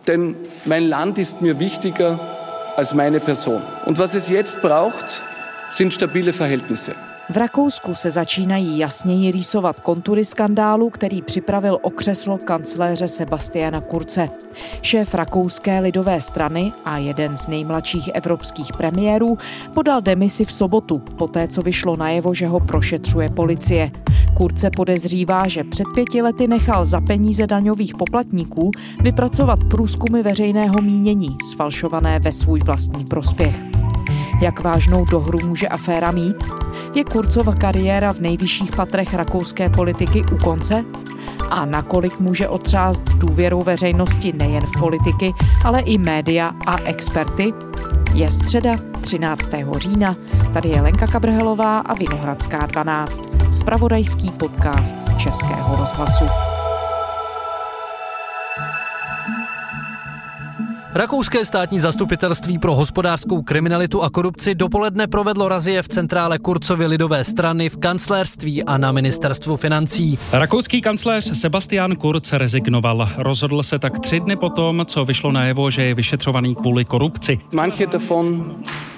denn mein Land ist mir wichtiger als meine Person. Und was es jetzt braucht, sind stabile Verhältnisse. V Rakousku se začínají jasněji rýsovat kontury skandálu, který připravil o křeslo kancléře Sebastiana Kurze. Šéf Rakouské lidové strany a jeden z nejmladších evropských premiérů podal demisi v sobotu, poté co vyšlo najevo, že ho prošetřuje policie. Kurze podezřívá, že před 5 lety nechal za peníze daňových poplatníků vypracovat průzkumy veřejného mínění, sfalšované ve svůj vlastní prospěch. Jak vážnou dohru může aféra mít? Je Kurzova kariéra v nejvyšších patrech rakouské politiky u konce? A nakolik může otřást důvěrou veřejnosti nejen v politiky, ale i média a experty? Je středa 13. října. Tady je Lenka Kabrhelová a Vinohradská 12. Zpravodajský podcast Českého rozhlasu. Rakouské státní zastupitelství pro hospodářskou kriminalitu a korupci dopoledne provedlo razie v centrále Kurzovy lidové strany, v kancléřství a na ministerstvu financí. Rakouský kancléř Sebastian Kurz rezignoval. Rozhodl se tak 3 dny potom, co vyšlo najevo, že je vyšetřovaný kvůli korupci. Manche davon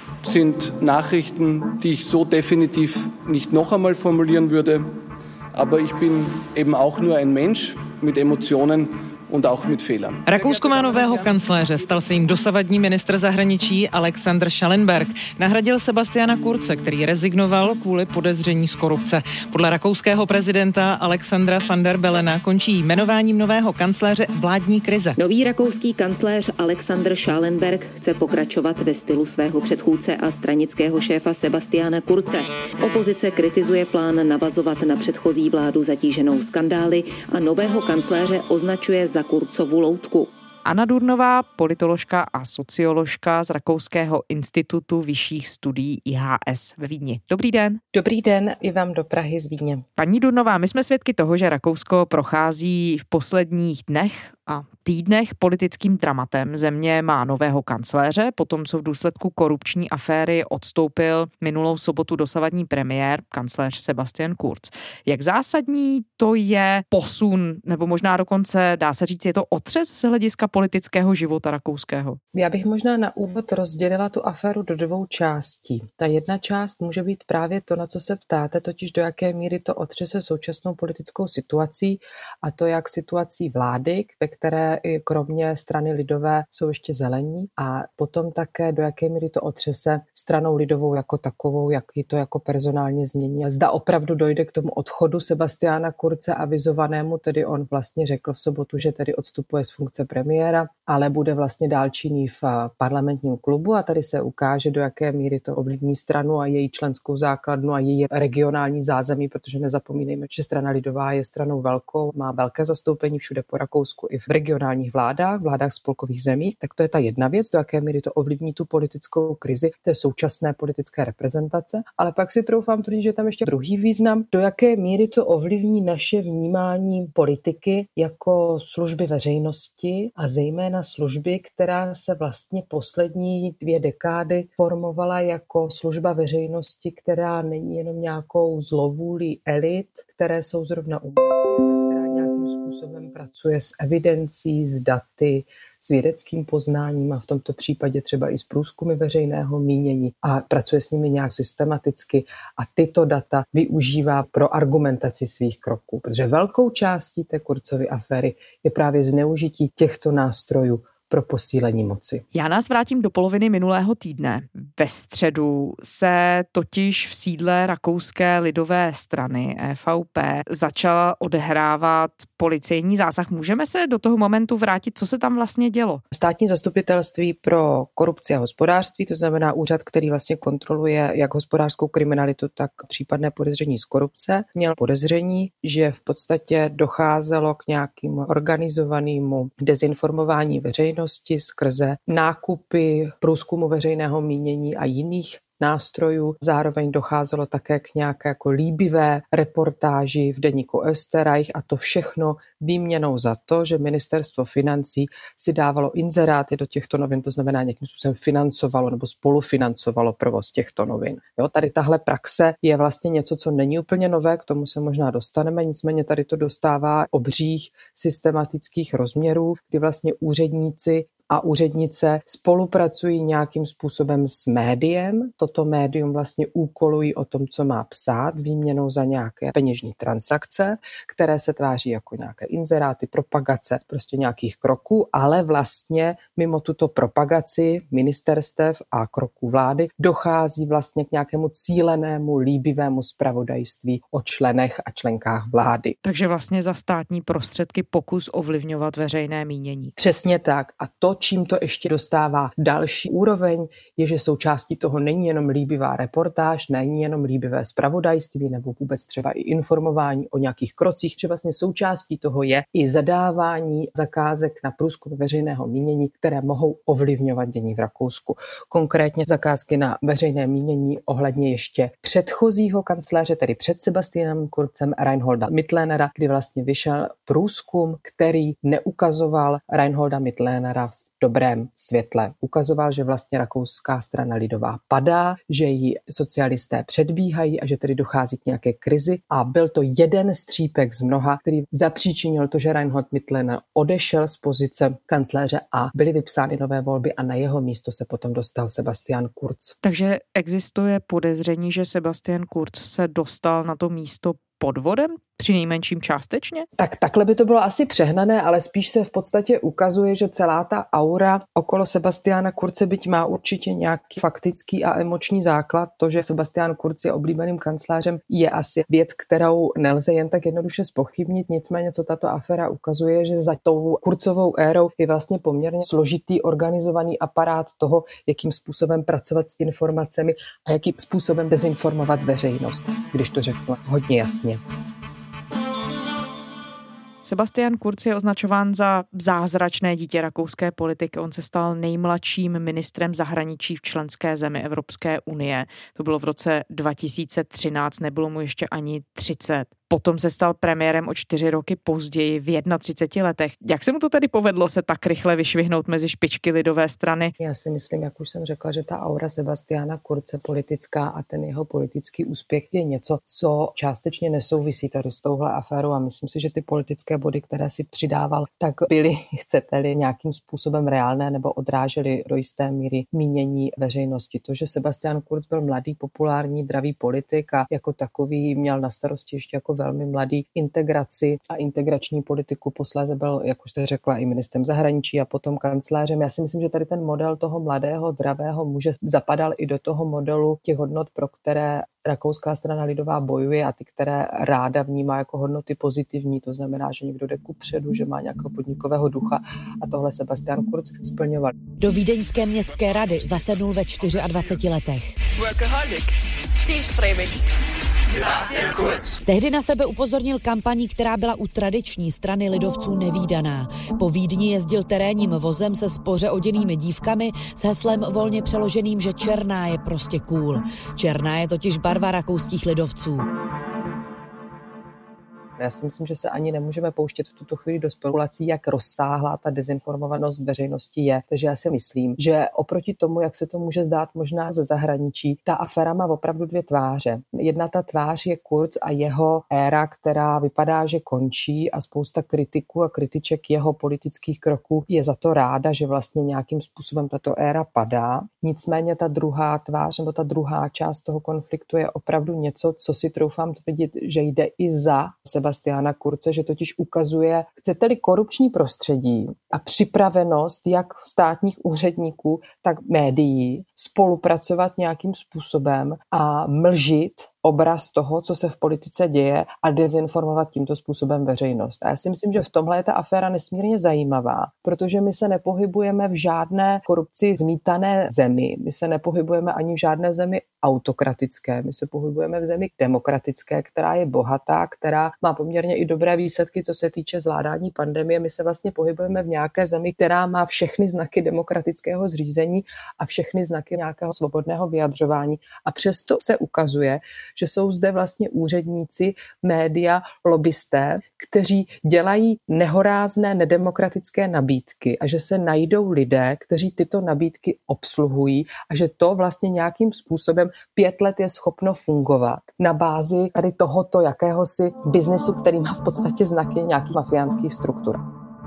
sind Nachrichten, die ich so definitiv nicht noch einmal formulieren würde, aber ich bin eben auch nur ein Mensch mit Emotionen und auch mit Fehlern. Rakousko má nového kancléře, stal se jim dosavadní ministr zahraničí Alexander Schallenberg. Nahradil Sebastiana Kurze, který rezignoval kvůli podezření z korupce. Podle rakouského prezidenta Alexandra van der Bellena končí jmenováním nového kancléře vládní krize. Nový rakouský kancléř Alexander Schallenberg chce pokračovat ve stylu svého předchůdce a stranického šéfa Sebastiana Kurze. Opozice kritizuje plán navazovat na předchozí vládu zatíženou skandály a nového kancléře označuje za Kurzovu loutku. Anna Durnová, politoložka a socioložka z Rakouského institutu vyšších studií IHS ve Vídni. Dobrý den. Dobrý den i vám do Prahy z Vídně. Paní Durnová, my jsme svědky toho, že Rakousko prochází v posledních dnech a týdnech politickým dramatem. Země má nového kancléře, potom co v důsledku korupční aféry odstoupil minulou sobotu dosavadní premiér, kancléř Sebastian Kurz. Jak zásadní to je posun, nebo možná dokonce dá se říct, je to otřes z hlediska politického života rakouského? Já bych možná na úvod rozdělila tu aféru do 2 částí. Ta jedna část může být právě to, na co se ptáte, totiž do jaké míry to otřese současnou politickou situací, a to jak situací vlády, ve které i kromě strany lidové jsou ještě zelení, a potom také do jaké míry to otřese stranou lidovou jako takovou, jak ji to jako personálně změní. A zda opravdu dojde k tomu odchodu Sebastiana Kurze avizovanému, tedy on vlastně řekl v sobotu, že tedy odstupuje z funkce premiéra, ale bude vlastně dál činný v parlamentním klubu, a tady se ukáže, do jaké míry to ovlivní stranu a její členskou základnu a její regionální zázemí, protože nezapomínejme, že strana lidová je stranou velkou, má velké zastoupení všude po Rakousku i v regionálních vládách spolkových zemích, tak to je ta jedna věc, do jaké míry to ovlivní tu politickou krizi té současné politické reprezentace. Ale pak si troufám tvrdit, že tam ještě druhý význam, do jaké míry to ovlivní naše vnímání politiky jako služby veřejnosti a zejména služby, která se vlastně poslední 2 dekády formovala jako služba veřejnosti, která není jenom nějakou zlovůlí elit, které jsou zrovna u moci, nějakým způsobem pracuje s evidencí, s daty, s vědeckým poznáním a v tomto případě třeba i s průzkumy veřejného mínění a pracuje s nimi nějak systematicky a tyto data využívá pro argumentaci svých kroků, protože velkou částí té Kurzovy aféry je právě zneužití těchto nástrojů pro posílení moci. Já nás vrátím do poloviny minulého týdne. Ve středu se totiž v sídle Rakouské lidové strany EVP začal odehrávat policejní zásah. Můžeme se do toho momentu vrátit, co se tam vlastně dělo? Státní zastupitelství pro korupci a hospodářství, to znamená úřad, který vlastně kontroluje jak hospodářskou kriminalitu, tak případné podezření z korupce, měl podezření, že v podstatě docházelo k nějakému organizovanému dezinformování veřejnosti skrze nákupy, průzkumu veřejného mínění a jiných nástrojů. Zároveň docházelo také k nějaké jako líbivé reportáži v deníku Österreich a to všechno výměnou za to, že ministerstvo financí si dávalo inzeráty do těchto novin, to znamená nějakým způsobem financovalo nebo spolufinancovalo provoz těchto novin. Jo, tady tahle praxe je vlastně něco, co není úplně nové, k tomu se možná dostaneme, nicméně tady to dostává obřích systematických rozměrů, kdy vlastně úředníci a úřednice spolupracují nějakým způsobem s médiem. Toto médium vlastně úkolují o tom, co má psát, výměnou za nějaké peněžní transakce, které se tváří jako nějaké inzeráty, propagace prostě nějakých kroků, ale vlastně mimo tuto propagaci ministerstev a kroků vlády dochází vlastně k nějakému cílenému, líbivému zpravodajství o členech a členkách vlády. Takže vlastně za státní prostředky pokus ovlivňovat veřejné mínění. Přesně tak. A to, čím to ještě dostává další úroveň, je, že součástí toho není jenom líbivá reportáž, není jenom líbivé zpravodajství nebo vůbec třeba i informování o nějakých krocích, že vlastně součástí toho je i zadávání zakázek na průzkum veřejného mínění, které mohou ovlivňovat dění v Rakousku. Konkrétně zakázky na veřejné mínění ohledně ještě předchozího kancléře, tedy před Sebastianem Kurzem, Reinholda Mittlernera, kdy vlastně vyšel průzkum, který neukazoval Reinholda Mittlerneera v dobrém světle. Ukazoval, že vlastně rakouská strana lidová padá, že ji socialisté předbíhají a že tedy dochází k nějaké krizi. A byl to jeden střípek z mnoha, který zapříčinil to, že Reinhold Mittlerner odešel z pozice kancléře a byly vypsány nové volby a na jeho místo se potom dostal Sebastian Kurz. Takže existuje podezření, že Sebastian Kurz se dostal na to místo podvodem? Přinejmenším částečně? Tak takhle by to bylo asi přehnané, ale spíš se v podstatě ukazuje, že celá ta aura okolo Sebastiana Kurze, byť má určitě nějaký faktický a emoční základ, to, že Sebastian Kurz je oblíbeným kancléřem, je asi věc, kterou nelze jen tak jednoduše zpochybnit. Nicméně, co tato aféra ukazuje, že za tou Kurzovou érou je vlastně poměrně složitý organizovaný aparát toho, jakým způsobem pracovat s informacemi a jakým způsobem dezinformovat veřejnost, když to řeknu hodně jasně. Sebastian Kurz je označován za zázračné dítě rakouské politiky. On se stal nejmladším ministrem zahraničí v členské zemi Evropské unie. To bylo v roce 2013, nebylo mu ještě ani 30. Potom se stal premiérem o 4 roky později, v 31 letech. Jak se mu to tedy povedlo se tak rychle vyšvihnout mezi špičky lidové strany? Já si myslím, jak už jsem řekla, že ta aura Sebastiana Kurze politická a ten jeho politický úspěch je něco, co částečně nesouvisí tady s touhle aférou a myslím si, že ty politické body, které si přidával, tak byly, chcete-li, nějakým způsobem reálné nebo odrážely do jisté míry mínění veřejnosti. To, že Sebastian Kurz byl mladý, populární, dravý politik a jako takový měl na starosti ještě jako velmi mladý integraci a integrační politiku, posléze byl, jak už jste řekla, i ministrem zahraničí a potom kancléřem. Já si myslím, že tady ten model toho mladého, dravého muže zapadal i do toho modelu těch hodnot, pro které rakouská strana lidová bojuje a ty, které ráda vnímá jako hodnoty pozitivní, to znamená, že někdo jde kupředu, že má nějakého podnikového ducha a tohle Sebastian Kurz splňoval. Do Vídeňské městské rady zasednul ve 24 letech. Tehdy na sebe upozornil kampaní, která byla u tradiční strany lidovců nevídaná. Po Vídni jezdil terénním vozem se spoře oděnými dívkami s heslem volně přeloženým, že černá je prostě cool. Černá je totiž barva rakouských lidovců. Já si myslím, že se ani nemůžeme pouštět v tuto chvíli do spekulací, jak rozsáhlá ta dezinformovanost veřejnosti je. Takže já si myslím, že oproti tomu, jak se to může zdát možná ze zahraničí, ta aféra má opravdu 2 tváře. Jedna ta tvář je Kurz a jeho éra, která vypadá, že končí a spousta kritiků a kritiček jeho politických kroků je za to ráda, že vlastně nějakým způsobem tato éra padá. Nicméně ta druhá tvář nebo ta druhá část toho konfliktu je opravdu něco, co si troufám tvrdit, že jde i za Sebastiana Kurze, že totiž ukazuje, chcete-li, korupční prostředí a připravenost jak státních úředníků, tak médií spolupracovat nějakým způsobem a mlžit obraz toho, co se v politice děje a dezinformovat tímto způsobem veřejnost. A já si myslím, že v tomhle je ta aféra nesmírně zajímavá, protože my se nepohybujeme v žádné korupci zmítané zemi, my se nepohybujeme ani v žádné zemi autokratické, my se pohybujeme v zemi demokratické, která je bohatá, která má poměrně i dobré výsledky, co se týče zvládání pandemie. My se vlastně pohybujeme v nějaké zemi, která má všechny znaky demokratického zřízení a všechny znaky nějakého svobodného vyjadřování. A přesto se ukazuje, že jsou zde vlastně úředníci, média, lobbysté, kteří dělají nehorázné, nedemokratické nabídky a že se najdou lidé, kteří tyto nabídky obsluhují a že to vlastně nějakým způsobem 5 let je schopno fungovat na bázi tady tohoto jakéhosi biznesu, který má v podstatě znaky nějakých mafiánských struktur.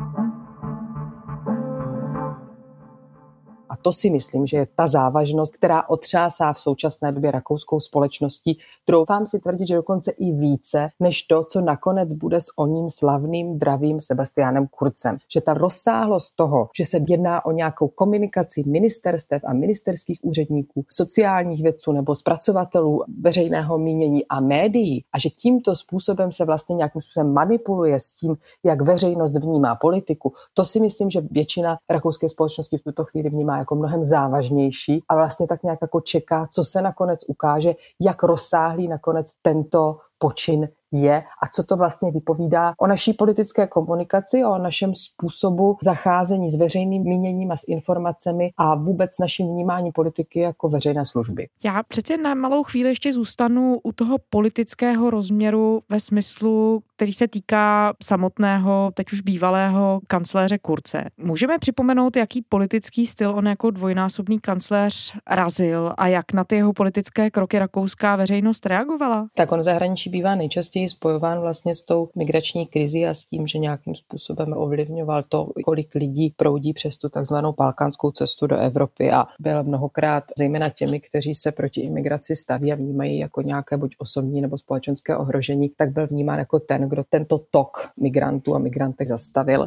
A to si myslím, že je ta závažnost, která otřásá v současné době rakouskou společností. Troufám si tvrdit, že dokonce i více, než to, co nakonec bude s oním slavným, dravým Sebastianem Kurzem. Že ta rozsáhlost toho, že se jedná o nějakou komunikaci ministerstev a ministerských úředníků, sociálních vědců nebo zpracovatelů veřejného mínění a médií a že tímto způsobem se vlastně nějakým způsobem manipuluje s tím, jak veřejnost vnímá politiku, to si myslím, že většina rakouské společnosti v tuto chvíli vnímá jako mnohem závažnější a vlastně tak nějak jako čeká, co se nakonec ukáže, jak rozsáhlý nakonec tento počin je a co to vlastně vypovídá o naší politické komunikaci, o našem způsobu zacházení s veřejným míněním a s informacemi a vůbec naším vnímání politiky jako veřejné služby. Já přece na malou chvíli ještě zůstanu u toho politického rozměru ve smyslu, který se týká samotného, teď už bývalého kancléře Kurze. Můžeme připomenout, jaký politický styl on jako dvojnásobný kancléř razil a jak na ty jeho politické kroky rakouská veřejnost reagovala? Tak on zahraničí bývá nejčastěji spojován vlastně s tou migrační krizí a s tím, že nějakým způsobem ovlivňoval to, kolik lidí proudí přes tu takzvanou balkánskou cestu do Evropy a byl mnohokrát zejména těmi, kteří se proti imigraci staví a vnímají jako nějaké buď osobní nebo společenské ohrožení, tak byl vnímán jako ten, kdo tento tok migrantů a migrantek zastavil.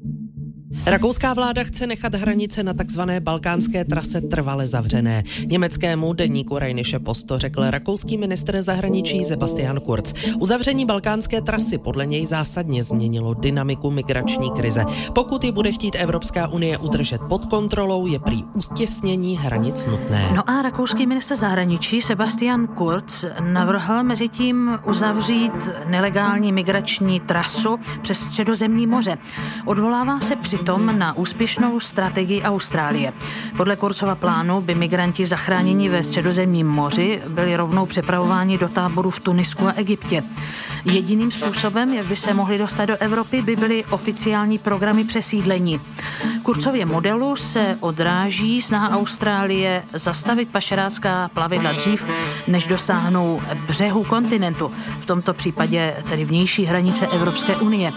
Rakouská vláda chce nechat hranice na takzvané balkánské trase trvale zavřené. Německému deníku Rheinische Post to řekl rakouský ministr zahraničí Sebastian Kurz. Uzavření balkánské trasy podle něj zásadně změnilo dynamiku migrační krize. Pokud ji bude chtít Evropská unie udržet pod kontrolou, je prý utěsnění hranic nutné. No a rakouský ministr zahraničí Sebastian Kurz navrhl mezitím uzavřít nelegální migrační trasu přes Středozemní moře. Odvolává se přitom na úspěšnou strategii Austrálie. Podle Kurzova plánu by migranti zachráněni ve Středozemním moři byli rovnou přepravováni do táborů v Tunisku a Egyptě. Jediným způsobem, jak by se mohli dostat do Evropy, by byly oficiální programy přesídlení. Kurzově modelu se odráží snaha Austrálie zastavit pašerácká plavidla dřív, než dosáhnou břehu kontinentu, v tomto případě tedy vnější hranice Evropské unie.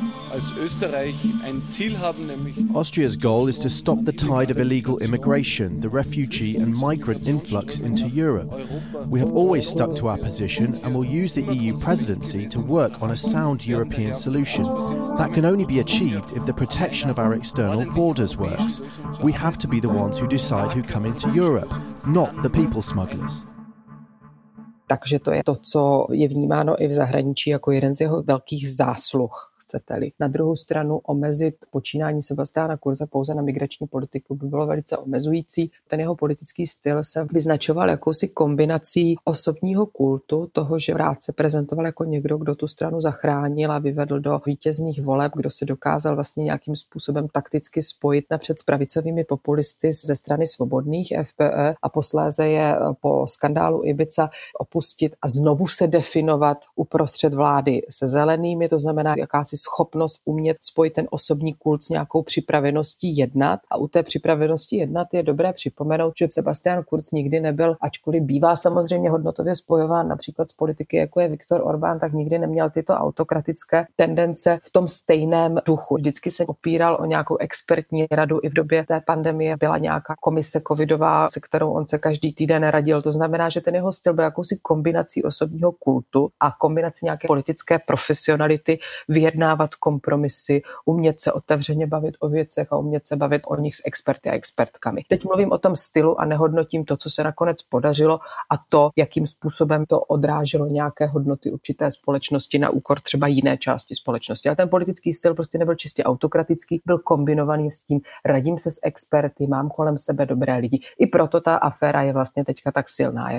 Austria's goal is to stop the tide of illegal immigration, the refugee and migrant influx into Europe. We have always stuck to our position and will use the EU presidency to work on a sound European solution. That can only be achieved if the protection of our external borders works. We have to be the ones who decide who come into Europe, not the people smugglers. Takže to je to, co je vnímáno i v zahraničí jako jeden z jeho velkých zásluh. Chcete-li. Na druhou stranu omezit počínání Sebastiana Kurze pouze na migrační politiku by bylo velice omezující. Ten jeho politický styl se vyznačoval jakousi kombinací osobního kultu, toho, že rád se prezentoval jako někdo, kdo tu stranu zachránil a vyvedl do vítězných voleb, kdo se dokázal vlastně nějakým způsobem takticky spojit napřed s pravicovými populisty ze strany svobodných FPÖ a posléze je po skandálu Ibiza opustit a znovu se definovat uprostřed vlády se zelenými, to znamená jakási schopnost umět spojit ten osobní kult s nějakou připraveností jednat. A u té připravenosti jednat je dobré připomenout, že Sebastian Kurz nikdy nebyl, ačkoliv bývá samozřejmě hodnotově spojován například s politiky, jako je Viktor Orbán, tak nikdy neměl tyto autokratické tendence v tom stejném duchu. Vždycky se opíral o nějakou expertní radu. I v době té pandemie byla nějaká komise covidová, se kterou on se každý týden radil. To znamená, že ten jeho styl byl jakousi kombinací osobního kultu a kombinací nějaké politické profesionality, vyjednávat kompromisy, umět se otevřeně bavit o věcech a umět se bavit o nich s experty a expertkami. Teď mluvím o tom stylu a nehodnotím to, co se nakonec podařilo a to, jakým způsobem to odráželo nějaké hodnoty určité společnosti na úkor třeba jiné části společnosti. Ale ten politický styl prostě nebyl čistě autokratický, byl kombinovaný s tím, radím se s experty, mám kolem sebe dobré lidi. I proto ta aféra je vlastně teďka tak silná, jak je.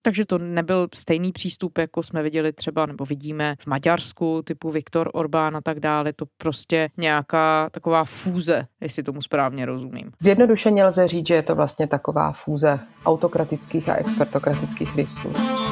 Takže to nebyl stejný přístup, jako jsme viděli třeba, nebo vidíme v Maďarsku, typu Viktor Orbán a tak dále. To prostě nějaká taková fúze, jestli tomu správně rozumím. Zjednodušeně lze říct, že je to vlastně taková fúze autokratických a expertokratických rysů.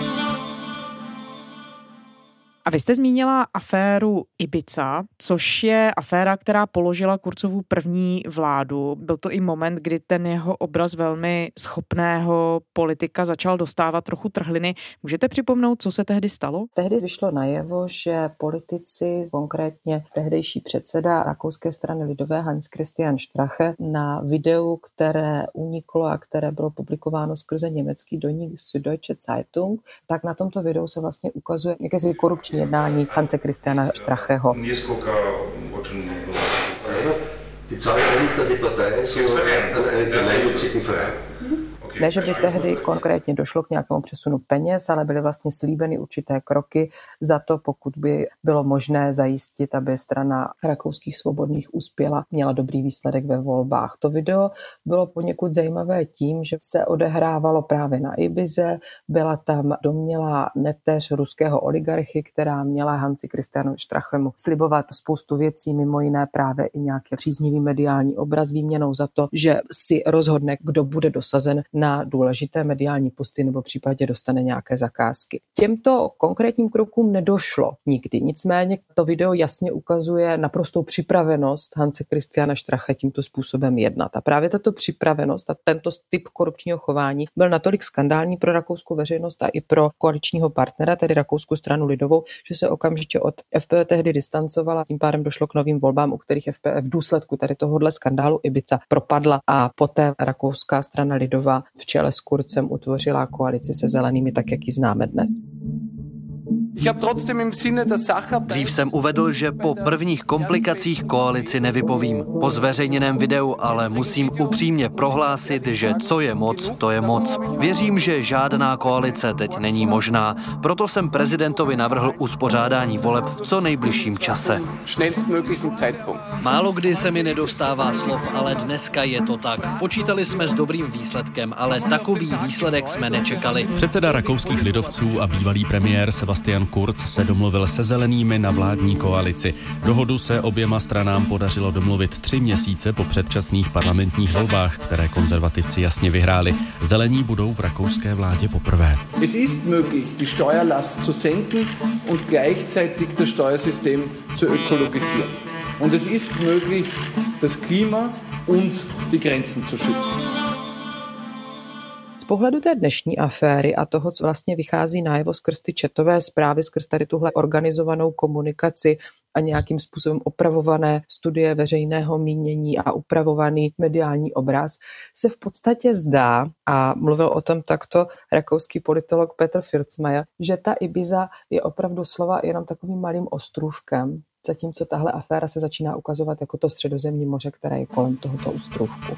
A vy jste zmínila aféru Ibiza, což je aféra, která položila Kurzovu první vládu. Byl to i moment, kdy ten jeho obraz velmi schopného politika začal dostávat trochu trhliny. Můžete připomenout, co se tehdy stalo? Tehdy vyšlo najevo, že politici, konkrétně tehdejší předseda rakouské strany lidové Hans Christian Strache, na videu, které uniklo a které bylo publikováno skrze německý deník Süddeutsche Zeitung, tak na tomto videu se vlastně ukazuje jakési korupční jednání Hanse Christiana Stracheho. Ne, že by tehdy konkrétně došlo k nějakému přesunu peněz, ale byly vlastně slíbeny určité kroky za to, pokud by bylo možné zajistit, aby strana rakouských svobodných uspěla, měla dobrý výsledek ve volbách. To video bylo poněkud zajímavé tím, že se odehrávalo právě na Ibize, byla tam domnělá neteř ruského oligarchy, která měla Hansi Christianu Strachemu slibovat spoustu věcí, mimo jiné právě i nějaký příznivý mediální obraz výměnou za to, že si rozhodne, kdo bude dosazen na důležité mediální posty nebo případně dostane nějaké zakázky. Těmto konkrétním krokům nedošlo nikdy. Nicméně to video jasně ukazuje naprostou připravenost Hanse Christiana Strache tímto způsobem jednat. A právě tato připravenost a tento typ korupčního chování byl natolik skandální pro rakouskou veřejnost a i pro koaličního partnera, tedy Rakouskou stranu lidovou, že se okamžitě od FPÖ tehdy distancovala. Tím pádem došlo k novým volbám, u kterých FPÖ v důsledku tady tohohle skandálu Ibiza propadla a poté Rakouská strana lidová v čele s Kurzem utvořila koalici se zelenými, tak jak ji známe dnes. Dřív jsem uvedl, že po prvních komplikacích koalici nevypovím. Po zveřejněném videu ale musím upřímně prohlásit, že co je moc, to je moc. Věřím, že žádná koalice teď není možná, proto jsem prezidentovi navrhl uspořádání voleb v co nejbližším čase. Málo kdy se mi nedostává slov, ale dneska je to tak. Počítali jsme s dobrým výsledkem, ale takový výsledek jsme nečekali. Předseda rakouských lidovců a bývalý premiér Sebastian Kurz se domluvil se zelenými na vládní koalici. Dohodu se oběma stranám podařilo domluvit 3 měsíce po předčasných parlamentních volbách, které konzervativci jasně vyhráli. Zelení budou v rakouské vládě poprvé. Es ist möglich, die Steuerlast zu senken und gleichzeitig das Steuersystem zu ökologisieren. Und es ist möglich, das Klima und die Grenzen zu schützen. Z pohledu té dnešní aféry a toho, co vlastně vychází najevo skrz ty četové zprávy, skrz tady tuhle organizovanou komunikaci a nějakým způsobem opravované studie veřejného mínění a upravovaný mediální obraz, se v podstatě zdá, a mluvil o tom takto rakouský politolog Petr Filzmeier, že ta Ibiza je opravdu slova jenom takovým malým ostrůvkem, zatímco tahle aféra se začíná ukazovat jako to Středozemní moře, které je kolem tohoto ostrůvku.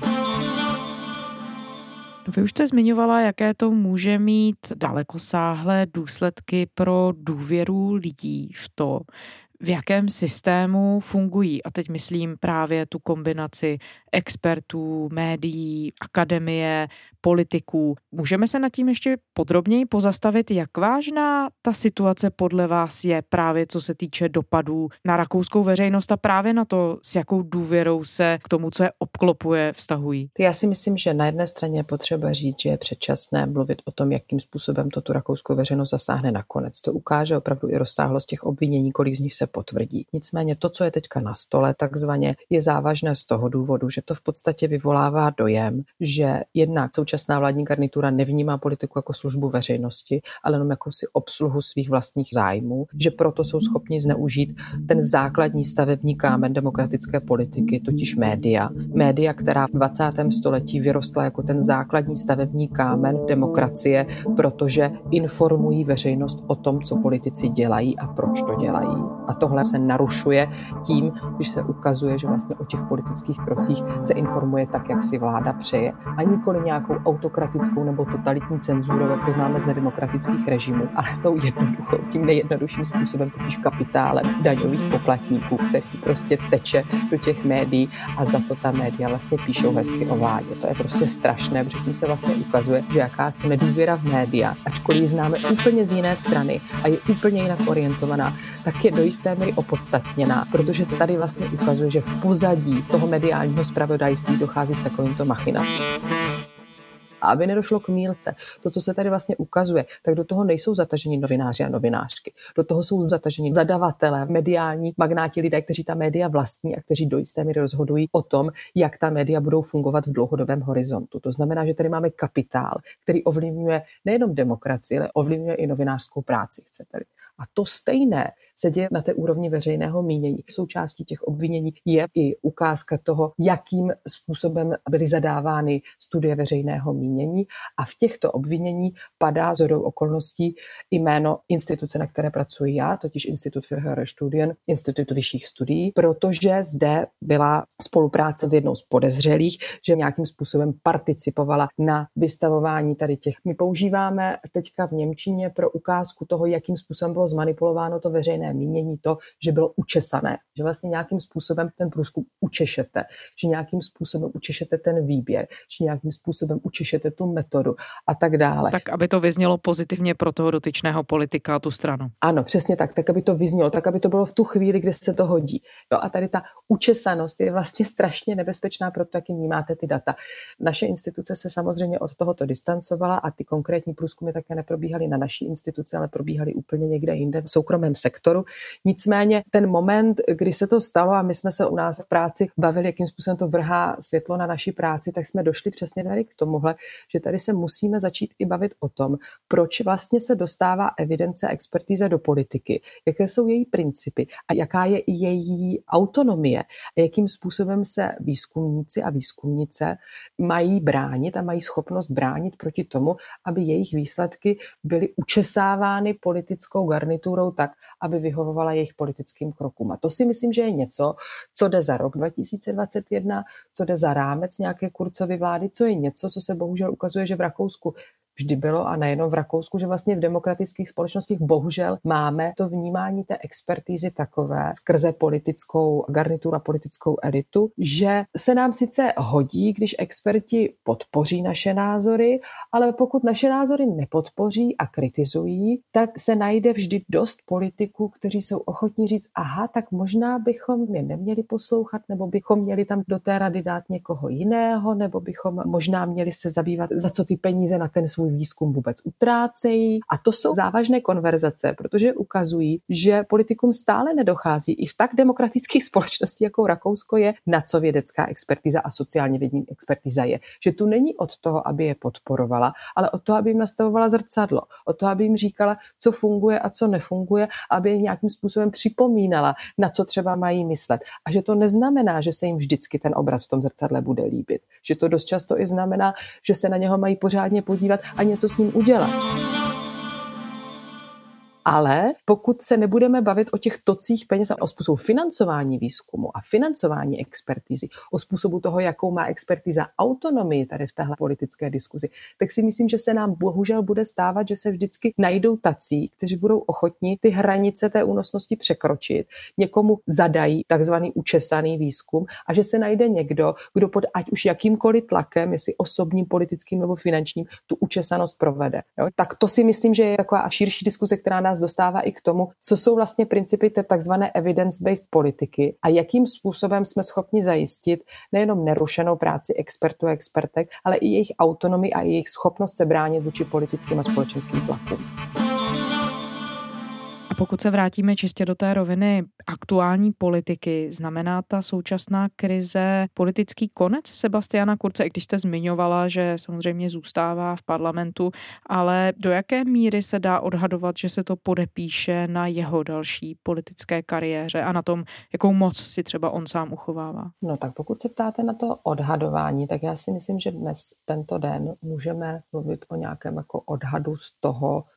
Vy už jste zmiňovala, jaké to může mít dalekosáhlé důsledky pro důvěru lidí v to, v jakém systému fungují. A teď myslím právě tu kombinaci expertů, médií, akademie, politiků. Můžeme se nad tím ještě podrobněji pozastavit, jak vážná ta situace podle vás je právě co se týče dopadů na rakouskou veřejnost a právě na to, s jakou důvěrou se k tomu, co je obklopuje, vztahují? Já si myslím, že na jedné straně je potřeba říct, že je předčasné mluvit o tom, jakým způsobem to tu rakouskou veřejnost zasáhne nakonec. To ukáže opravdu i rozsáhlost těch obvinění, kolik z nich se potvrdí. Nicméně to, co je teďka na stole, takzvaně je závažné z toho důvodu, že to v podstatě vyvolává dojem, že jednak současná vládní garnitura nevnímá politiku jako službu veřejnosti, ale jenom jakousi obsluhu svých vlastních zájmů, že proto jsou schopni zneužít ten základní stavební kámen demokratické politiky, totiž média. Média, která v 20. století vyrostla jako ten základní stavební kámen demokracie, protože informují veřejnost o tom, co politici dělají a proč to dělají. A A tohle se narušuje tím, když se ukazuje, že vlastně o těch politických krocích se informuje tak, jak si vláda přeje. A nikoli nějakou autokratickou nebo totalitní cenzurou, jak to známe z nedemokratických režimů, ale tím nejjednodušším způsobem, totiž kapitálem daňových poplatníků, který prostě teče do těch médií a za to ta média vlastně píšou hezky o vládě. To je prostě strašné, protože tím se vlastně ukazuje, že jakási nedůvěra v média, ačkoliv ji známe úplně z jiné strany a je úplně jinak orientovaná, tak je do jisté míry opodstatněná, protože se tady vlastně ukazuje, že v pozadí toho mediálního zpravodajství dochází k takovýmto machinacím. A aby nedošlo k mýlce, to, co se tady vlastně ukazuje, tak do toho nejsou zataženi novináři a novinářky. Do toho jsou zataženi zadavatelé, mediální magnáti, lidé, kteří ta média vlastní a kteří do jisté míry rozhodují o tom, jak ta média budou fungovat v dlouhodobém horizontu. To znamená, že tady máme kapitál, který ovlivňuje nejenom demokracii, ale ovlivňuje i novinářskou práci, chcete-li. A to stejné se děje na té úrovni veřejného mínění. Součástí těch obvinění je i ukázka toho, jakým způsobem byly zadávány studie veřejného mínění a v těchto obvinění padá shodou okolností jméno instituce, na které pracuji já, totiž Institut für höhere Studien, Institut vyšších studií, protože zde byla spolupráce s jednou z podezřelých, že nějakým způsobem participovala na vystavování tady těch. My používáme teďka v němčině pro ukázku toho, jakým způsobem bylo zmanipulováno to veřejné mínění, to, že bylo učesané, že vlastně nějakým způsobem ten průzkum učešete, že nějakým způsobem učešete ten výběr, že nějakým způsobem učešete tu metodu a tak dále. Tak, aby to vyznělo pozitivně pro toho dotyčného politika a tu stranu. Ano, přesně tak aby to vyznělo, tak, aby to bylo v tu chvíli, kdy se to hodí. Jo, a tady ta učesanost je vlastně strašně nebezpečná pro to, jak vnímáte ty data. Naše instituce se samozřejmě od tohoto distancovala a ty konkrétní průzkumy také neprobíhaly na naší instituci, ale probíhaly úplně někde jinde v soukromém sektoru. Nicméně ten moment, kdy se to stalo a my jsme se u nás v práci bavili, jakým způsobem to vrhá světlo na naši práci, tak jsme došli přesně tady k tomuhle, že tady se musíme začít i bavit o tom, proč vlastně se dostává evidence a expertíza do politiky, jaké jsou její principy a jaká je její autonomie a jakým způsobem se výzkumníci a výzkumnice mají bránit a mají schopnost bránit proti tomu, aby jejich výsledky byly učesávány politickou garniturou tak, aby vyhovovala jejich politickým krokům. A to si myslím, že je něco, co jde za rok 2021, co jde za rámec nějaké Kurzovy vlády, co je něco, co se bohužel ukazuje, že v Rakousku vždy bylo a nejenom v Rakousku, že vlastně v demokratických společnostech bohužel máme to vnímání té expertízy takové skrze politickou garnituru a politickou elitu, že se nám sice hodí, když experti podpoří naše názory, ale pokud naše názory nepodpoří a kritizují, tak se najde vždy dost politiků, kteří jsou ochotní říct, aha, tak možná bychom je neměli poslouchat, nebo bychom měli tam do té rady dát někoho jiného, nebo bychom možná měli se zabývat, za co ty peníze na ten svůj výzkum vůbec utrácejí. A to jsou závažné konverzace, protože ukazují, že politikům stále nedochází i v tak demokratických společností, jako Rakousko je, na co vědecká expertiza a sociálně vědní expertiza je. Že tu není od toho, aby je podporovala, ale od toho, aby jim nastavovala zrcadlo, od toho, aby jim říkala, co funguje a co nefunguje, aby jim nějakým způsobem připomínala, na co třeba mají myslet. A že to neznamená, že se jim vždycky ten obraz v tom zrcadle bude líbit. Že to dost často i znamená, že se na něho mají pořádně podívat a něco s ním udělat. Ale pokud se nebudeme bavit o těch tocích peněz a o způsobu financování výzkumu a financování expertízy, o způsobu toho, jakou má expertíza autonomii tady v téhle politické diskuzi, tak si myslím, že se nám bohužel bude stávat, že se vždycky najdou tací, kteří budou ochotní ty hranice té únosnosti překročit, někomu zadají takzvaný učesaný výzkum a že se najde někdo, kdo pod ať už jakýmkoliv tlakem, jestli osobním, politickým nebo finančním, tu učesanost provede. Jo? Tak to si myslím, že je taková širší diskuze, která nás dostává i k tomu, co jsou vlastně principy té takzvané evidence-based politiky a jakým způsobem jsme schopni zajistit nejenom nerušenou práci expertů a expertek, ale i jejich autonomii a jejich schopnost se bránit vůči politickým a společenským tlakům. A pokud se vrátíme čistě do té roviny aktuální politiky, znamená ta současná krize politický konec Sebastiana Kurze, i když jste zmiňovala, že samozřejmě zůstává v parlamentu, ale do jaké míry se dá odhadovat, že se to podepíše na jeho další politické kariéře a na tom, jakou moc si třeba on sám uchovává? No tak pokud se ptáte na to odhadování, tak já si myslím, že dnes, tento den, můžeme mluvit o nějakém jako odhadu z toho,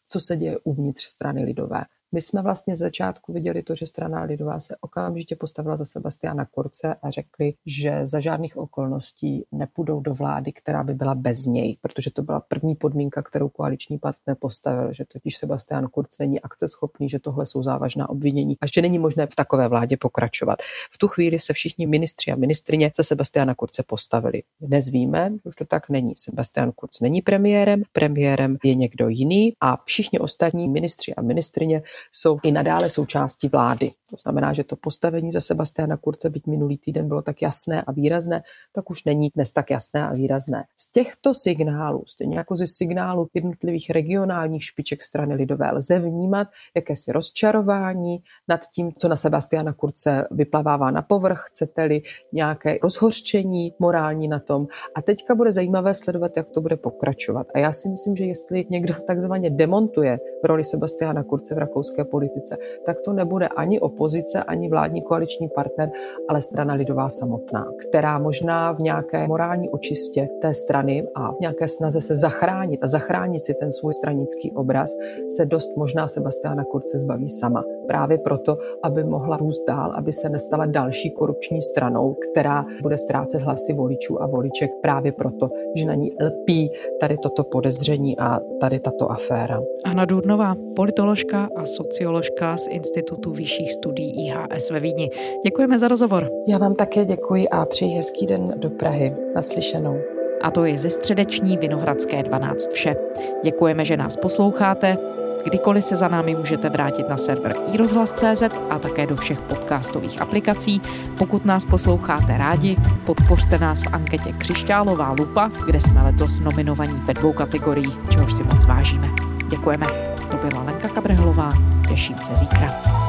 co se děje uvnitř strany lidové. My jsme vlastně z začátku viděli to, že strana lidová se okamžitě postavila za Sebastiana Kurze a řekli, že za žádných okolností nepůjdou do vlády, která by byla bez něj, protože to byla první podmínka, kterou koaliční partner postavil, že totiž Sebastian Kurz není akceschopný, že tohle jsou závažná obvinění a že není možné v takové vládě pokračovat. V tu chvíli se všichni ministři a ministryně za Sebastiana Kurze postavili. Dnes víme, že už to tak není. Sebastian Kurz není premiérem je někdo jiný a všichni ostatní ministři a ministryně jsou i nadále součástí vlády. To znamená, že to postavení za Sebastiana Kurze, byť minulý týden bylo tak jasné a výrazné, tak už není dnes tak jasné a výrazné. Z těchto signálů, stejně jako ze signálů jednotlivých regionálních špiček strany lidové, lze vnímat jakési rozčarování nad tím, co na Sebastiana Kurze vyplavává na povrch, chcete-li nějaké rozhořčení morální na tom. A teďka bude zajímavé sledovat, jak to bude pokračovat. A já si myslím, že jestli někdo takzvaně demontuje roli Sebastiana Kurze v rakouské politice, tak to nebude ani opozice, ani vládní koaliční partner, ale strana lidová samotná, která možná v nějaké morální očistě té strany a v nějaké snaze se zachránit a zachránit si ten svůj stranický obraz se dost možná Sebastiana Kurze zbaví sama. Právě proto, aby mohla růst dál, aby se nestala další korupční stranou, která bude ztrácet hlasy voličů a voliček právě proto, že na ní lpí tady toto podezření a tady tato aféra. Hana Dürnová, politoložka a socioložka z Institutu vyšších studií IHS ve Vídni. Děkujeme za rozhovor. Já vám také děkuji a přeji hezký den do Prahy. Naslyšenou. A to je ze středeční Vinohradské 12 vše. Děkujeme, že nás posloucháte. Kdykoliv se za námi můžete vrátit na server iRozhlas.cz a také do všech podcastových aplikací. Pokud nás posloucháte rádi, podpořte nás v anketě Křišťálová lupa, kde jsme letos nominovaní ve 2 kategoriích, čehož si moc vážíme. Děkujeme. To byla Lenka Kabrhelová. Těším se zítra.